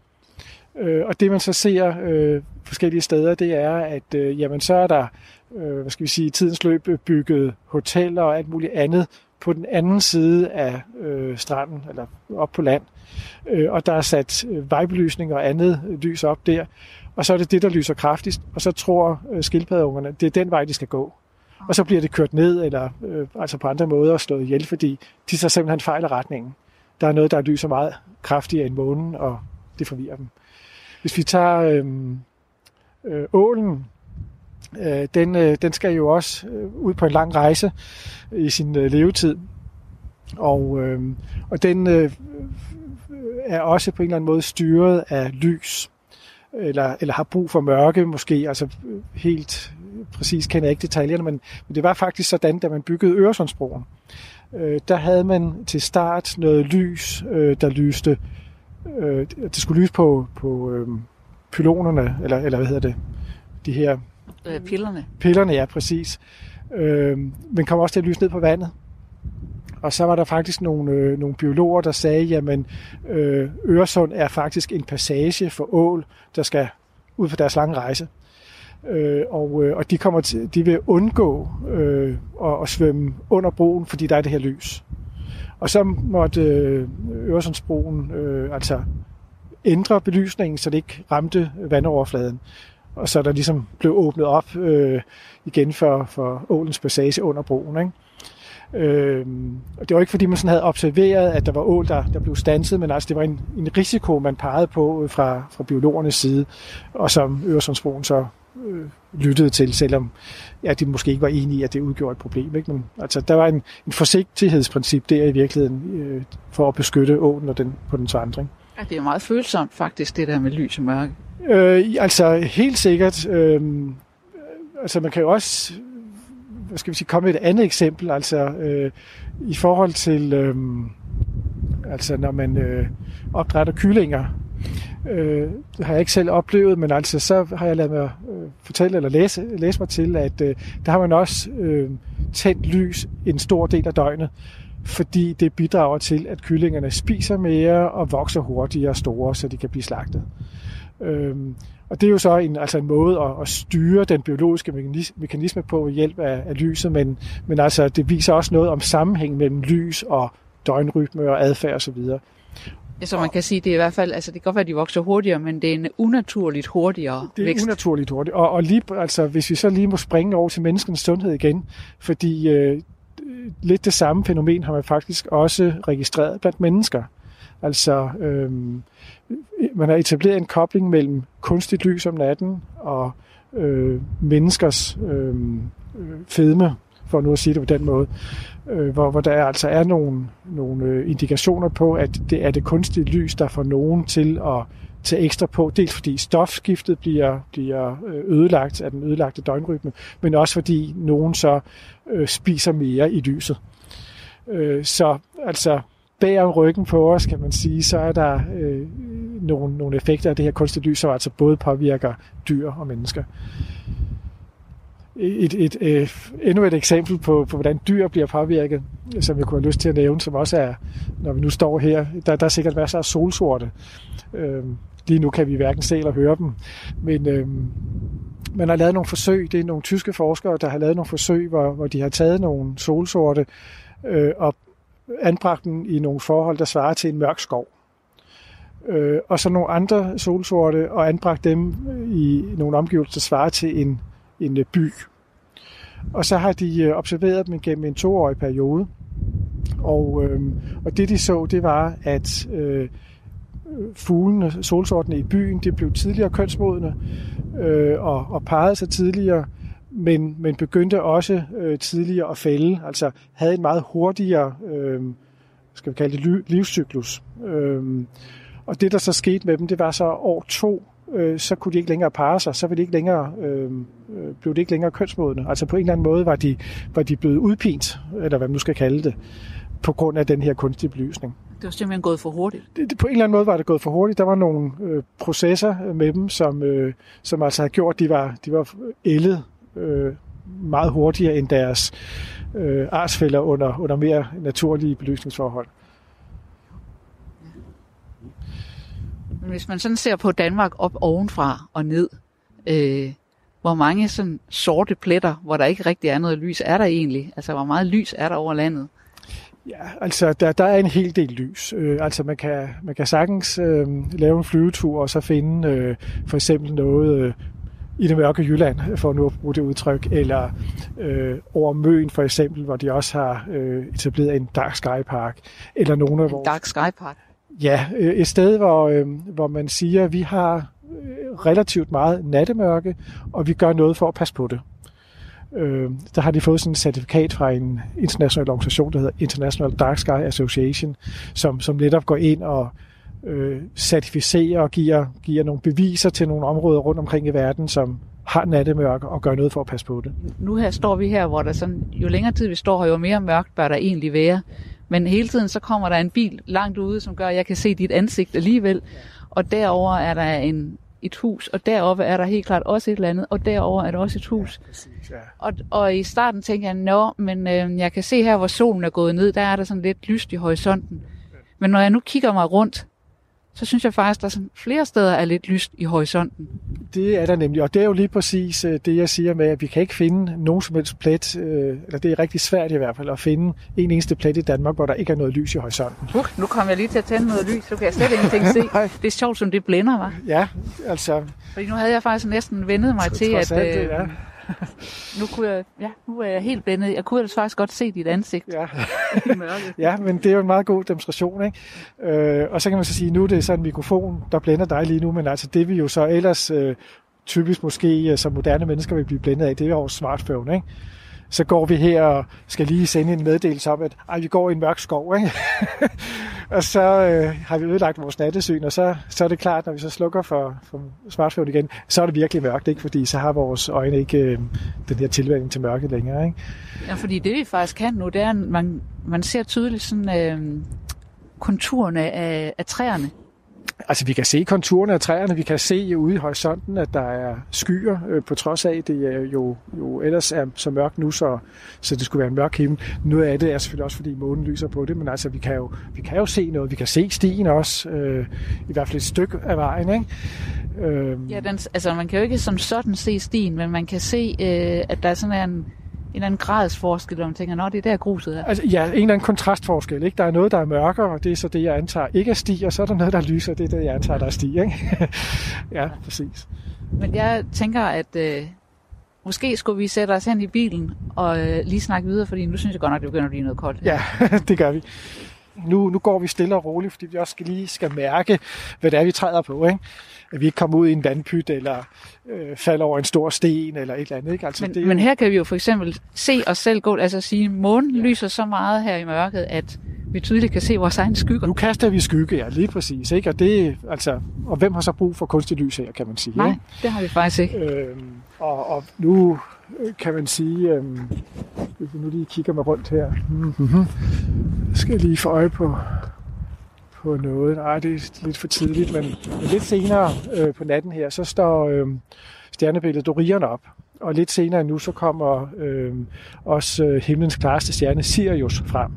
Og det man så ser forskellige steder, det er, at jamen, så er der i tidens løb bygget hoteller og alt muligt andet på den anden side af stranden, eller op på land. Og der er sat vejbelysning og andet lys op der, og så er det der lyser kraftigst, og så tror skildpaddeungerne, det er den vej, de skal gå. Og så bliver det kørt ned, eller altså på andre måder slået ihjel, fordi de så simpelthen fejler retningen. Der er noget, der lyser meget kraftigere end månen, og det forvirrer dem. Hvis vi tager ålen, den skal jo også ud på en lang rejse i sin levetid, og den er også på en eller anden måde styret af lys, eller har brug for mørke måske, altså helt præcis kender jeg ikke detaljerne, men det var faktisk sådan, da man byggede Øresundsbroen. Der havde man til start noget lys, der lyste. Det skulle lyse på pylonerne, eller hvad hedder det? De her... Pillerne. Pillerne, ja, præcis. Men kom også til at lyse ned på vandet. Og så var der faktisk nogle biologer, der sagde, jamen Øresund er faktisk en passage for ål, der skal ud på deres lange rejse. Og de vil undgå at svømme under broen, fordi der er det her lys. Og så måtte Øresundsbroen altså ændre belysningen, så det ikke ramte vandoverfladen. Og så der ligesom blev åbnet op igen for ålens passage under broen, ikke? Og det var ikke fordi man sådan havde observeret, at der var ål, der blev standset, men altså det var en risiko, man pegede på fra biologernes side, og som Øresundsbroen så lyttede til, selvom de måske ikke var enige i, at det udgjorde et problem, ikke? Men altså der var en forsigtighedsprincip der i virkeligheden for at beskytte ålen på dens vandring. Ja, det er meget følsomt faktisk, det der med lys og mørke. Altså helt sikkert. Altså man kan jo også skal vi sige, komme med et andet eksempel, altså i forhold til, altså når man opdrætter kyllinger, det har jeg ikke selv oplevet, men altså så har jeg ladet mig fortælle eller læse mig til, at der har man også tændt lys en stor del af døgnet, fordi det bidrager til, at kyllingerne spiser mere og vokser hurtigere og store, så de kan blive slagtet. Og det er jo så en måde at styre den biologiske mekanisme på ved hjælp af lyset, men altså det viser også noget om sammenhæng mellem lys og døgnrytme og adfærd osv. Ja, så man kan sige, det er i hvert fald, altså det kan godt være, at de vokser hurtigere, men det er en unaturligt hurtigere vækst. Det er unaturligt hurtigt. Og lige, altså, hvis vi så lige må springe over til menneskens sundhed igen, fordi lidt det samme fænomen har man faktisk også registreret blandt mennesker. Altså, man har etableret en kobling mellem kunstigt lys om natten og menneskers fedme, for nu at sige det på den måde, hvor der altså er nogle indikationer på, at det er det kunstige lys, der får nogen til at tage ekstra på, dels fordi stofskiftet bliver ødelagt af den ødelagte døgnrytme, men også fordi nogen så spiser mere i lyset. Så altså bag om ryggen på os, kan man sige, så er der nogle effekter af det her kunstige lys, som altså både påvirker dyr og mennesker. Endnu et eksempel på, hvordan dyr bliver påvirket, som jeg kunne have lyst til at nævne, som også er, når vi nu står her, der er sikkert masser af solsorte. Lige nu kan vi hverken se eller høre dem, men man har lavet nogle forsøg, det er nogle tyske forskere, der har lavet nogle forsøg, hvor de har taget nogle solsorte og anbragt dem i nogle forhold, der svarer til en mørk skov. Og så nogle andre solsorte og anbragt dem i nogle omgivelser, der svarer til en by. Og så har de observeret dem gennem en 2-årig periode. Og det de så, det var, at fuglene, solsortene i byen, de blev tidligere kønsmodne og parrede sig tidligere, men begyndte også tidligere at fælde, altså havde en meget hurtigere, skal vi kalde det, livscyklus. Og det, der så skete med dem, det var så år 2, så kunne de ikke længere parre sig, så blev de ikke længere kønsmodne. Altså på en eller anden måde var de blevet udpint, eller hvad man nu skal kalde det, på grund af den her kunstige belysning. Det var simpelthen gået for hurtigt? På en eller anden måde var det gået for hurtigt. Der var nogle processer med dem, som altså havde gjort, at de var ældet meget hurtigere end deres artsfæller under mere naturlige belysningsforhold. Men hvis man sådan ser på Danmark op ovenfra og ned, hvor mange sådan sorte pletter, hvor der ikke rigtig er noget lys, er der egentlig? Altså, hvor meget lys er der over landet? Ja, altså, der er en hel del lys. Altså, man kan sagtens lave en flyvetur og så finde for eksempel noget i det mørke Jylland, for nu at bruge det udtryk, eller over Møn for eksempel, hvor de også har etableret en Dark Sky Park, eller nogle af vores... Dark Sky Park? Ja, et sted, hvor man siger, at vi har relativt meget nattemørke, og vi gør noget for at passe på det. Der har de fået sådan et certifikat fra en international organisation, der hedder International Dark Sky Association, som netop går ind og certificerer og giver nogle beviser til nogle områder rundt omkring i verden, som har nattemørke og gør noget for at passe på det. Nu her står vi her, hvor der sådan, jo længere tid vi står her, jo mere mørkt bør der egentlig være. Men hele tiden så kommer der en bil langt ude, som gør, at jeg kan se dit ansigt alligevel. Og derover er der et hus, og deroppe er der helt klart også et eller andet, og derover er der også et hus. Ja, præcis, ja. Og i starten tænkte jeg, men jeg kan se her, hvor solen er gået ned, der er der sådan lidt lyst i horisonten. Men når jeg nu kigger mig rundt, så synes jeg faktisk, at der sådan flere steder er lidt lyst i horisonten. Det er der nemlig, og det er jo lige præcis det, jeg siger med, at vi kan ikke finde nogen som helst plet, eller det er rigtig svært i hvert fald, at finde en eneste plet i Danmark, hvor der ikke er noget lys i horisonten. Nu kom jeg lige til at tænde noget lys, så kan jeg slet ingenting se. Det er sjovt, som det blænder, hva'? Ja, altså... Fordi nu havde jeg faktisk næsten vendet mig til, at... Ja. Nu er jeg helt blændet. Jeg kunne faktisk godt se dit ansigt i mørket. Ja, men det er jo en meget god demonstration, ikke? Og så kan man så sige, nu er det sådan en mikrofon, der blænder dig lige nu, men altså det vi jo så ellers typisk måske som moderne mennesker vil blive blændet af, det er vores smartphone, ikke? så går vi her og skal lige sende en meddelelse om, at vi går i en mørk skov, ikke? Og så har vi ødelagt vores nattesyn, og så er det klart, når vi så slukker for smartphone igen, så er det virkelig mørkt, ikke? Fordi så har vores øjne ikke den her tilvænning til mørket længere, ikke? Ja, fordi det vi faktisk kan nu, det er, at man ser tydeligt sådan konturerne af træerne. Altså, vi kan se konturerne af træerne, vi kan se ude i horisonten, at der er skyer, på trods af, det er jo ellers er så mørkt nu, så det skulle være en mørk himmel. Noget af det er selvfølgelig også, fordi månen lyser på det, men altså, vi kan jo se noget. Vi kan se stien også, i hvert fald et stykke af vejen, ikke? Ja, altså, man kan jo ikke som sådan se stien, men man kan se, at der er sådan en eller anden gradsforskel, hvor man tænker, det er der gruset er. Altså, ja, en eller anden kontrastforskel, ikke? Der er noget, der er mørkere, og det er så det, jeg antager ikke er sti, og så er der noget, der lyser, og det er det, jeg antager, der er sti, ikke? Ja, præcis. Men jeg tænker, at måske skulle vi sætte os hen i bilen og lige snakke videre, fordi nu synes jeg godt nok, det begynder at blive noget koldt. Ja, det gør vi. Nu går vi stille og roligt, fordi vi også skal mærke, hvad det er, vi træder på, ikke? At vi ikke kommer ud i en vandpyt, eller falder over en stor sten, eller et eller andet, ikke? Altså, men her kan vi jo for eksempel se os selv gå, altså sige, månen lyser så meget her i mørket, at vi tydeligt kan se vores egne skygger. Nu kaster vi skygge, ja, lige præcis, ikke? Og hvem har så brug for kunstig lys her, kan man sige? Nej, ikke? Det har vi faktisk ikke. Og nu kan man sige, hvis vi nu lige kigger mig rundt her, skal jeg lige få øje på noget. Nej, det er lidt for tidligt, men lidt senere på natten her, så står stjernebilledet Orion op. Og lidt senere nu, så kommer også himlens klareste stjerne, Sirius, frem.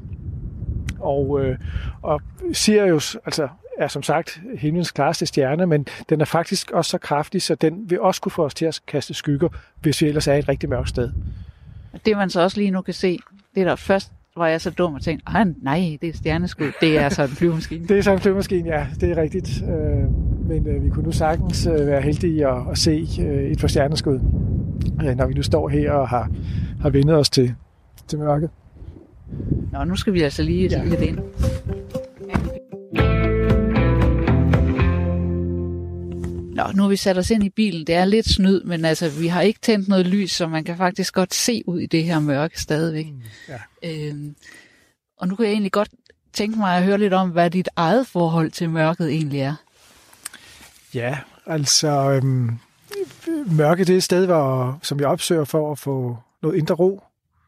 Og Sirius, altså, er som sagt himlens klareste stjerne, men den er faktisk også så kraftig, så den vil også kunne få os til at kaste skygger, hvis vi ellers er et rigtig mørkt sted. Det man så også lige nu kan se, det er der først, var jeg så dum og tænkte, nej, det er et stjerneskud. Det er så en flyvemaskine. Det er så en flyvemaskine, ja, det er rigtigt. Men vi kunne nu sagtens være heldige at se et par stjerneskud, når vi nu står her og har vendet os til mørket. Nå, nu skal vi altså lige lidt ind. Nå, nu har vi sat os ind i bilen. Det er lidt snyd, men altså, vi har ikke tændt noget lys, så man kan faktisk godt se ud i det her mørke stadigvæk. Ja. Og nu kan jeg egentlig godt tænke mig at høre lidt om, hvad dit eget forhold til mørket egentlig er. Ja, altså, mørket det er et sted, som jeg opsøger for at få noget indre ro.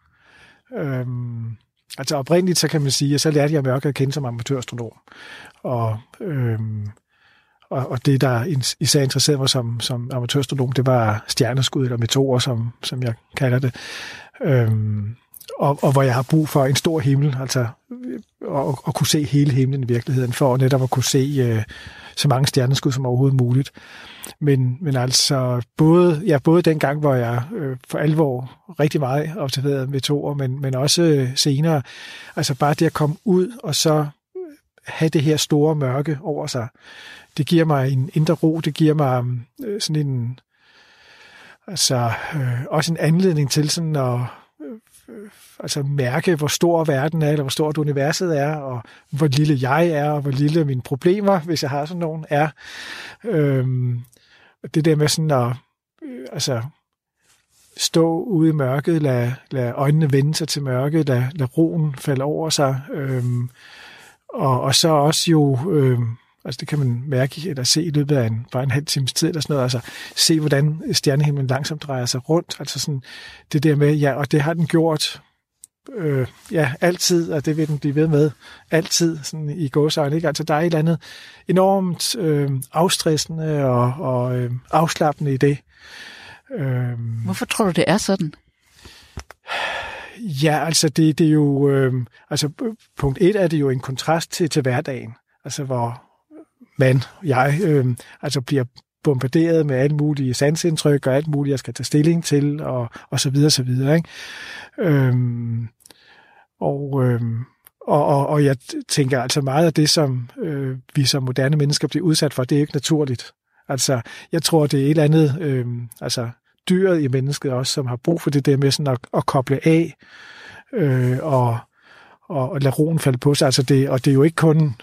Altså oprindeligt, så kan man sige, at så lærte jeg mørket at kende som amatørastronom. Og det, der især interesserede mig som amatørastronom, det var stjerneskud eller meteorer, som jeg kalder det. Og hvor jeg har brug for en stor himmel, altså at kunne se hele himlen i virkeligheden, for netop at kunne se så mange stjerneskud som overhovedet muligt. Men altså både den gang, hvor jeg for alvor rigtig meget observerede meteorer, men også senere, altså bare det at komme ud og så have det her store mørke over sig, det giver mig en indre ro, det giver mig sådan en, også en anledning til sådan at mærke, hvor stor verden er, eller hvor stort universet er, og hvor lille jeg er, og hvor lille mine problemer, hvis jeg har sådan nogen, er. Det der med sådan at stå ude i mørket, lade øjnene vende sig til mørket, lade roen falde over sig, og så også jo, altså det kan man mærke, eller se i løbet af bare en halv times tid, eller sådan noget, altså se, hvordan stjernehimlen langsomt drejer sig rundt, altså sådan det der med, ja, og det har den gjort, altid, og det vil den blive ved med, altid, sådan i gåseøjne, ikke? Altså der er et eller andet enormt afstressende og afslappende i det. Hvorfor tror du, det er sådan? Ja, altså det er jo, punkt 1 er det jo en kontrast til hverdagen, altså hvor jeg bliver bombarderet med alle mulige sansindtryk og alt muligt, jeg skal tage stilling til, og så videre, så videre, ikke? Og jeg tænker altså meget af det, som vi som moderne mennesker bliver udsat for, det er ikke naturligt. Altså, jeg tror, det er et eller andet, dyret i mennesket også, som har brug for det der med sådan at koble af, og lade roen falde på sig. Altså det er jo ikke kun,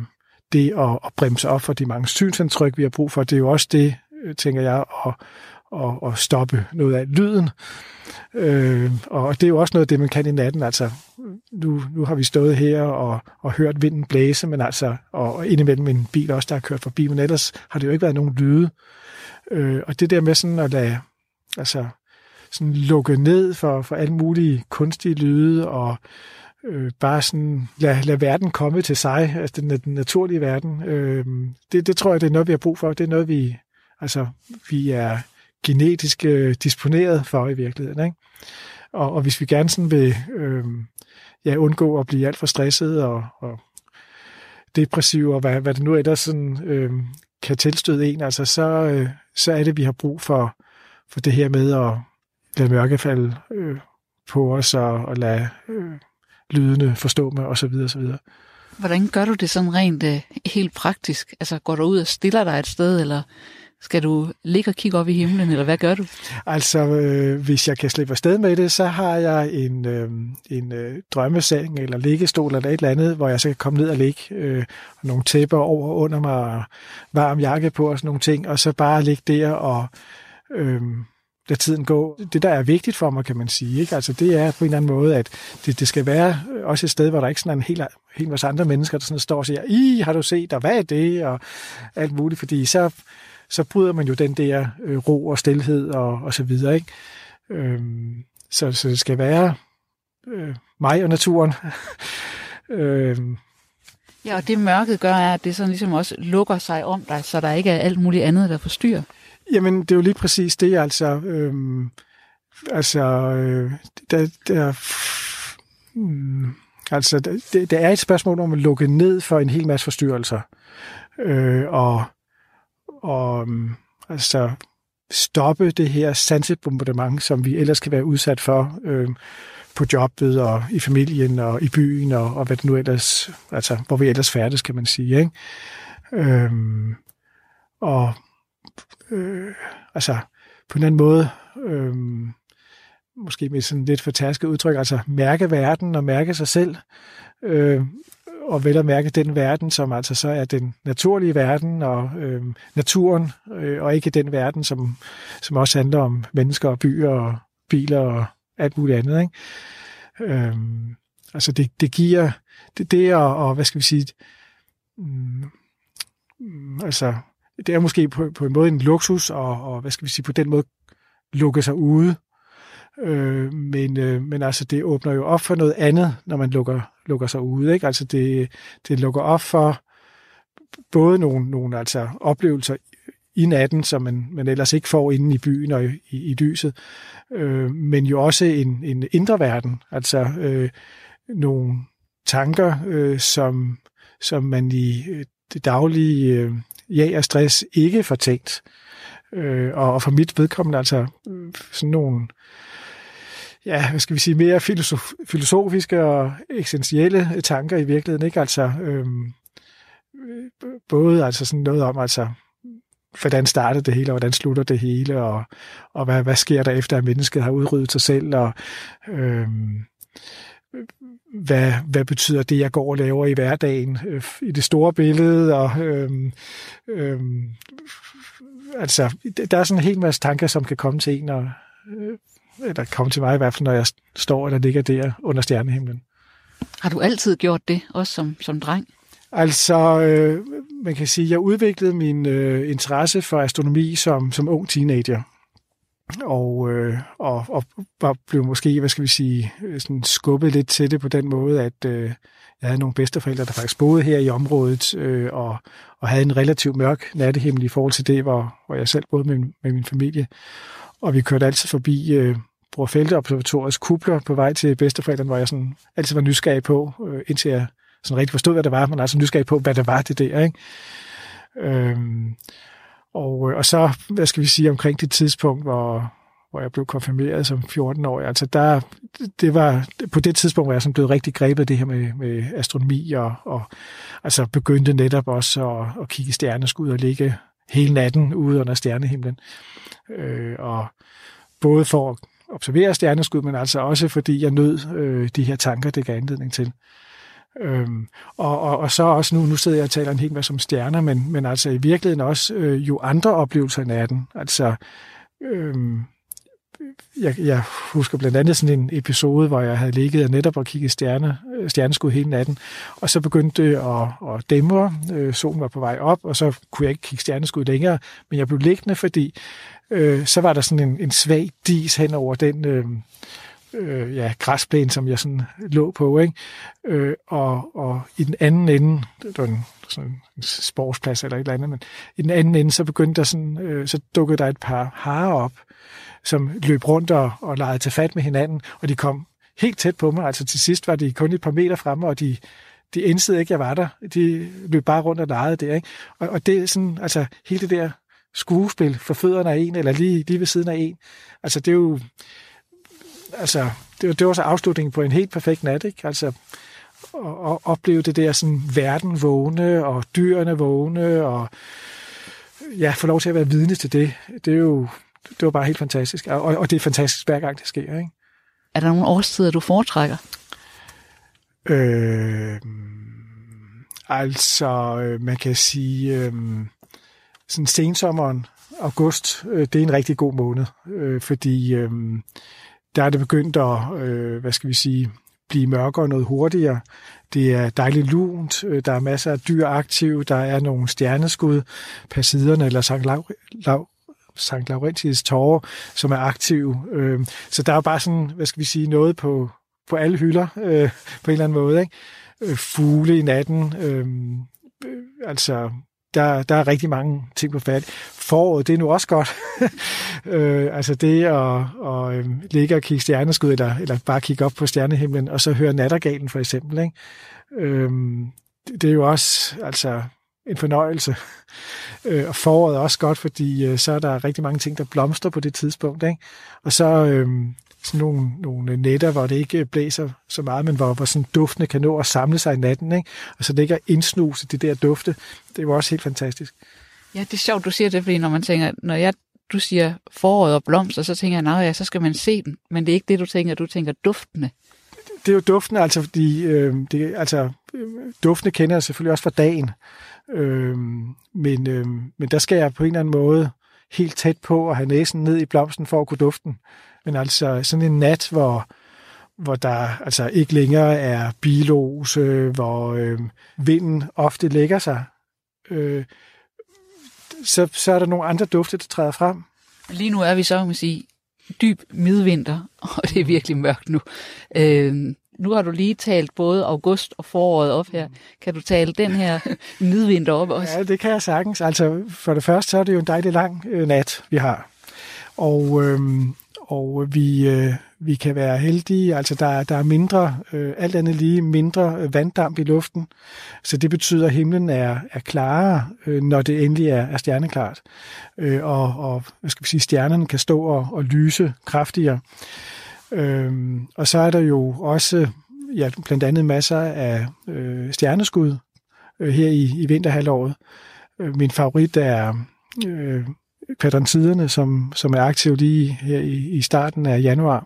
det at bremse op for de mange synsindtryk, vi har brug for. Det er jo også det, tænker jeg, og stoppe noget af lyden. Og det er jo også noget af det, man kan i natten. Altså, nu har vi stået her og hørt vinden blæse, men altså, og indimellem en bil også, der har kørt forbi, men ellers har det jo ikke været nogen lyde. Og det der med sådan at lade, altså, sådan lukke ned for alle mulige kunstige lyde, og bare sådan lade verden komme til sig, altså den naturlige verden. Det tror jeg, det er noget, vi har brug for. Det er noget, vi er genetisk disponeret for i virkeligheden, ikke? Og hvis vi gerne sådan vil undgå at blive alt for stresset og depressiv, og hvad det nu ellers sådan, kan tilstøde en, altså så er det, vi har brug for det her med at lade mørke falde på os og lade lydene forstå med osv. osv. Hvordan gør du det sådan rent helt praktisk? Altså går du ud og stiller dig et sted, eller skal du ligge og kigge op i himlen, eller hvad gør du? Altså, hvis jeg kan slippe afsted med det, så har jeg en drømmeseng eller liggestol eller et eller andet, hvor jeg så kan komme ned og ligge, nogle tæpper over og under mig, og varm jakke på og sådan nogle ting, og så bare ligge der og lade tiden gå. Det, der er vigtigt for mig, kan man sige, ikke? Altså, det er på en eller anden måde, at det skal være også et sted, hvor der ikke sådan er en hel masse andre mennesker, der sådan står og siger, har du set, og hvad er det, og alt muligt, fordi så bryder man jo den der ro og stilhed og så videre, ikke? Så det skal være mig og naturen. Ja, og det mørket gør, er, at det sådan ligesom også lukker sig om dig, så der ikke er alt muligt andet, der forstyrrer. Jamen, det er jo lige præcis det, altså. Det er et spørgsmål om at lukke ned for en hel masse forstyrrelser. Og stoppe det her sansebombardement, som vi ellers kan være udsat for på jobbet og i familien og i byen og hvad det nu ellers, altså hvor vi ellers færdes, kan man sige, ikke? Altså på en anden måde, måske med sådan lidt fortærsket udtryk, altså mærke verden og mærke sig selv, og vel at mærke den verden, som altså så er den naturlige verden og naturen, og ikke den verden, som også handler om mennesker og byer og biler og alt muligt andet, ikke? Altså det giver det og hvad skal vi sige, altså det er måske på en måde en luksus og hvad skal vi sige, på den måde lukke sig ude. Men altså det åbner jo op for noget andet, når man lukker sig ude, ikke? Altså det lukker op for både nogle altså oplevelser i natten, som man ellers ikke får inde i byen og i lyset, men jo også en indre verden, altså nogle tanker, som man i det daglige jag og stress ikke får tænkt. Og for mit vedkommende altså sådan nogle, ja, hvad skal vi sige, mere filosofiske og eksistentielle tanker i virkeligheden, ikke? Altså både altså sådan noget om, altså hvordan starter det hele, og hvordan slutter det hele, og hvad sker der efter, at mennesket har udryddet sig selv, og hvad betyder det, jeg går og laver i hverdagen, i det store billede, og altså, der er sådan en hel masse tanker, som kan komme til en, eller komme til mig i hvert fald, når jeg står eller ligger der under stjernehimlen. Har du altid gjort det, også som dreng? Altså, man kan sige, at jeg udviklede min interesse for astronomi som ung teenager. Og blev måske, hvad skal vi sige, sådan skubbet lidt til det på den måde, at jeg havde nogle bedsteforældre, der faktisk boede her i området, og havde en relativt mørk nattehimmel i forhold til det, hvor jeg selv boede med min familie. Og vi kørte altid forbi Bror Felde Observatoriets kupler på vej til bedsteforældrene, hvor jeg sådan altid var nysgerrig på, indtil jeg sådan rigtig forstod, hvad det var, men altså nysgerrig på, hvad det var det der, ikke? Og så, hvad skal vi sige, omkring det tidspunkt, hvor jeg blev konfirmeret som 14-årig, altså det var på det tidspunkt, hvor jeg sådan blev rigtig grebet det her med astronomi, og altså begyndte netop også at kigge stjerneskud og ligge hele natten ude under stjernehimlen. Og både for at observere stjerneskud, men altså også fordi jeg nød de her tanker, det gav anledning til. Og så også nu sidder jeg og taler en hel masse om stjerner, men altså i virkeligheden også jo andre oplevelser i natten. Altså Jeg husker blandt andet sådan en episode, hvor jeg havde ligget og netop og kigget stjerneskud hele natten, og så begyndte det at dæmre. Solen var på vej op, og så kunne jeg ikke kigge stjerneskud længere, men jeg blev liggende, fordi så var der sådan en svag dis hen over den græsplæne, som jeg sådan lå på, ikke? Og i den anden ende, det var sådan en sportsplads eller et eller andet, men i den anden ende, så begyndte der sådan, så dukkede der et par harer op, som løb rundt og legede til fat med hinanden, og de kom helt tæt på mig. Altså til sidst var de kun et par meter fremme, og de indsede ikke, jeg var der. De løb bare rundt og legede der, ikke? Og det er sådan, altså hele det der skuespil for fødderne af en, eller lige ved siden af en, altså det er jo, altså det var så afslutningen på en helt perfekt nat, ikke? Altså at opleve det der sådan verden vågne, og dyrene vågne, og ja, få lov til at være vidne til det. Det var bare helt fantastisk, og det er fantastisk hver gang det sker, ikke? Er der nogle årstider, du foretrækker? Man kan sige, sådan sensommeren, august, det er en rigtig god måned, fordi der er det begyndt at, blive mørkere noget hurtigere. Det er dejligt lunt, der er masser af dyr aktive, der er nogle stjerneskud på siderne, eller Sankt Laurentius tårer, som er aktive. Så der er bare sådan, noget på alle hylder, på en eller anden måde, ikke? Fugle i natten, der er rigtig mange ting på fat. Foråret, det er nu også godt. Altså det at ligge og kigge stjerneskud, eller bare kigge op på stjernehimlen, og så høre nattergalen for eksempel, ikke? Det er jo også en fornøjelse. Og foråret er også godt, fordi så er der rigtig mange ting, der blomstrer på det tidspunkt, ikke? Og så sådan nogle nætter, hvor det ikke blæser så meget, men hvor sådan duftene kan nå at samle sig i natten, ikke? Og så det ikke er indsnuse det der dufte. Det er jo også helt fantastisk. Ja, det er sjovt, du siger det, fordi når man tænker, du siger foråret og blomster, så tænker jeg, så skal man se den. Men det er ikke det, du tænker duftene. Det er jo duftene, fordi duftene kender jeg selvfølgelig også fra dagen. Men der skal jeg på en eller anden måde helt tæt på og have næsen ned i blomsten for at kunne duften. Men altså sådan en nat, hvor der ikke længere er bilos, hvor vinden ofte lægger sig, så er der nogle andre dufte, der træder frem. Lige nu er vi så, man sige, dyb midvinter, og det er virkelig mørkt nu. Nu har du lige talt både august og foråret op her. Kan du tale den her midvinter op også? Ja, det kan jeg sagtens. Altså for det første, så er det jo en dejlig lang nat, vi har. Og vi kan være heldige, altså der er mindre, alt andet lige mindre vanddamp i luften, så det betyder, at himlen er klarere, når det endelig er stjerneklart. Og stjernerne kan stå og lyse kraftigere. Og så er der jo også blandt andet masser af stjerneskud her i vinterhalvåret. Min favorit er Kvadrantiderne, som er aktiv lige her i starten af januar.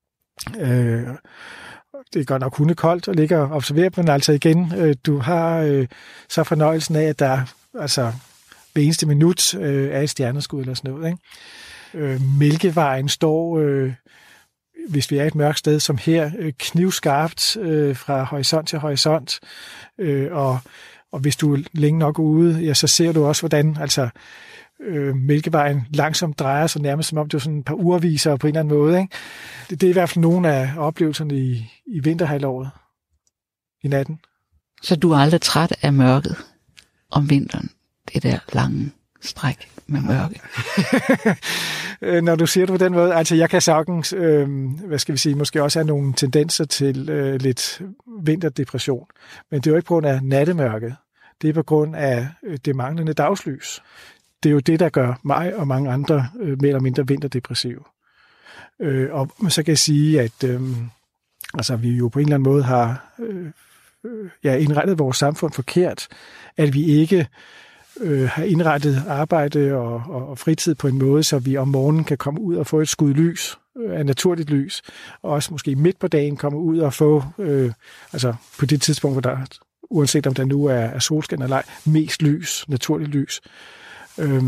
Det er godt nok hundekoldt at ligge og observere, men altså igen, du har så fornøjelsen af, at der hver eneste minut er et stjerneskud eller sådan noget, ikke? Mælkevejen står, hvis vi er et mørkt sted som her, knivskarpt fra horisont til horisont, og hvis du er længe nok ude, ja, så ser du også, hvordan Mælkevejen langsomt drejer sig nærmest som om det er sådan et par urviser på en eller anden måde, ikke? Det er i hvert fald nogle af oplevelserne i vinterhalvåret i natten. Så du er aldrig træt af mørket om vinteren? Det der lange stræk med mørke? Når du siger det på den måde, jeg kan sagtens, måske også have nogle tendenser til lidt vinterdepression. Men det er jo ikke på grund af nattemørket. Det er på grund af det manglende dagslys. Det er jo det, der gør mig og mange andre mere eller mindre vinterdepressive. Og så kan jeg sige, at vi jo på en eller anden måde har indrettet vores samfund forkert, at vi ikke har indrettet arbejde og fritid på en måde, så vi om morgenen kan komme ud og få et skud lys, af naturligt lys, og også måske midt på dagen komme ud og få, på det tidspunkt, hvor der, uanset om der nu er solskin eller ej, mest lys, naturligt lys.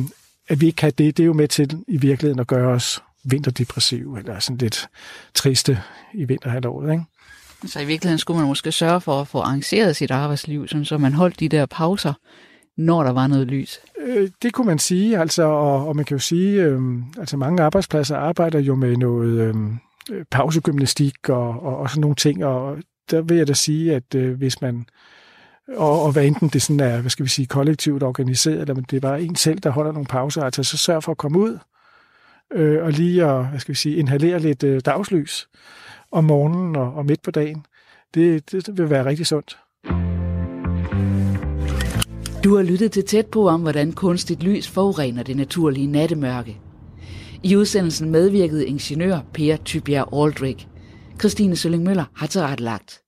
at vi ikke kan det er jo med til i virkeligheden at gøre os vinterdepressive, eller sådan lidt triste i vinterhalvåret, ikke? Så i virkeligheden skulle man måske sørge for at få arrangeret sit arbejdsliv, så man holdt de der pauser, når der var noget lys. Det kunne man sige, altså, og man kan jo sige, altså mange arbejdspladser arbejder jo med noget pausegymnastik og sådan nogle ting, og der vil jeg da sige, at hvis man, og hvad enten det sådan er, hvad skal vi sige, kollektivt organiseret, eller det er bare en selv, der holder nogle pauser, altså så sørg for at komme ud, og lige at, hvad skal vi sige, inhalere lidt dagslys om morgenen og midt på dagen. Det vil være rigtig sundt. Du har lyttet til Tæt på om, hvordan kunstigt lys forurener det naturlige nattemørke. I udsendelsen medvirkede ingeniør Per Tybjerg Aldrich. Christine Sølling Møller har tilrettelagt.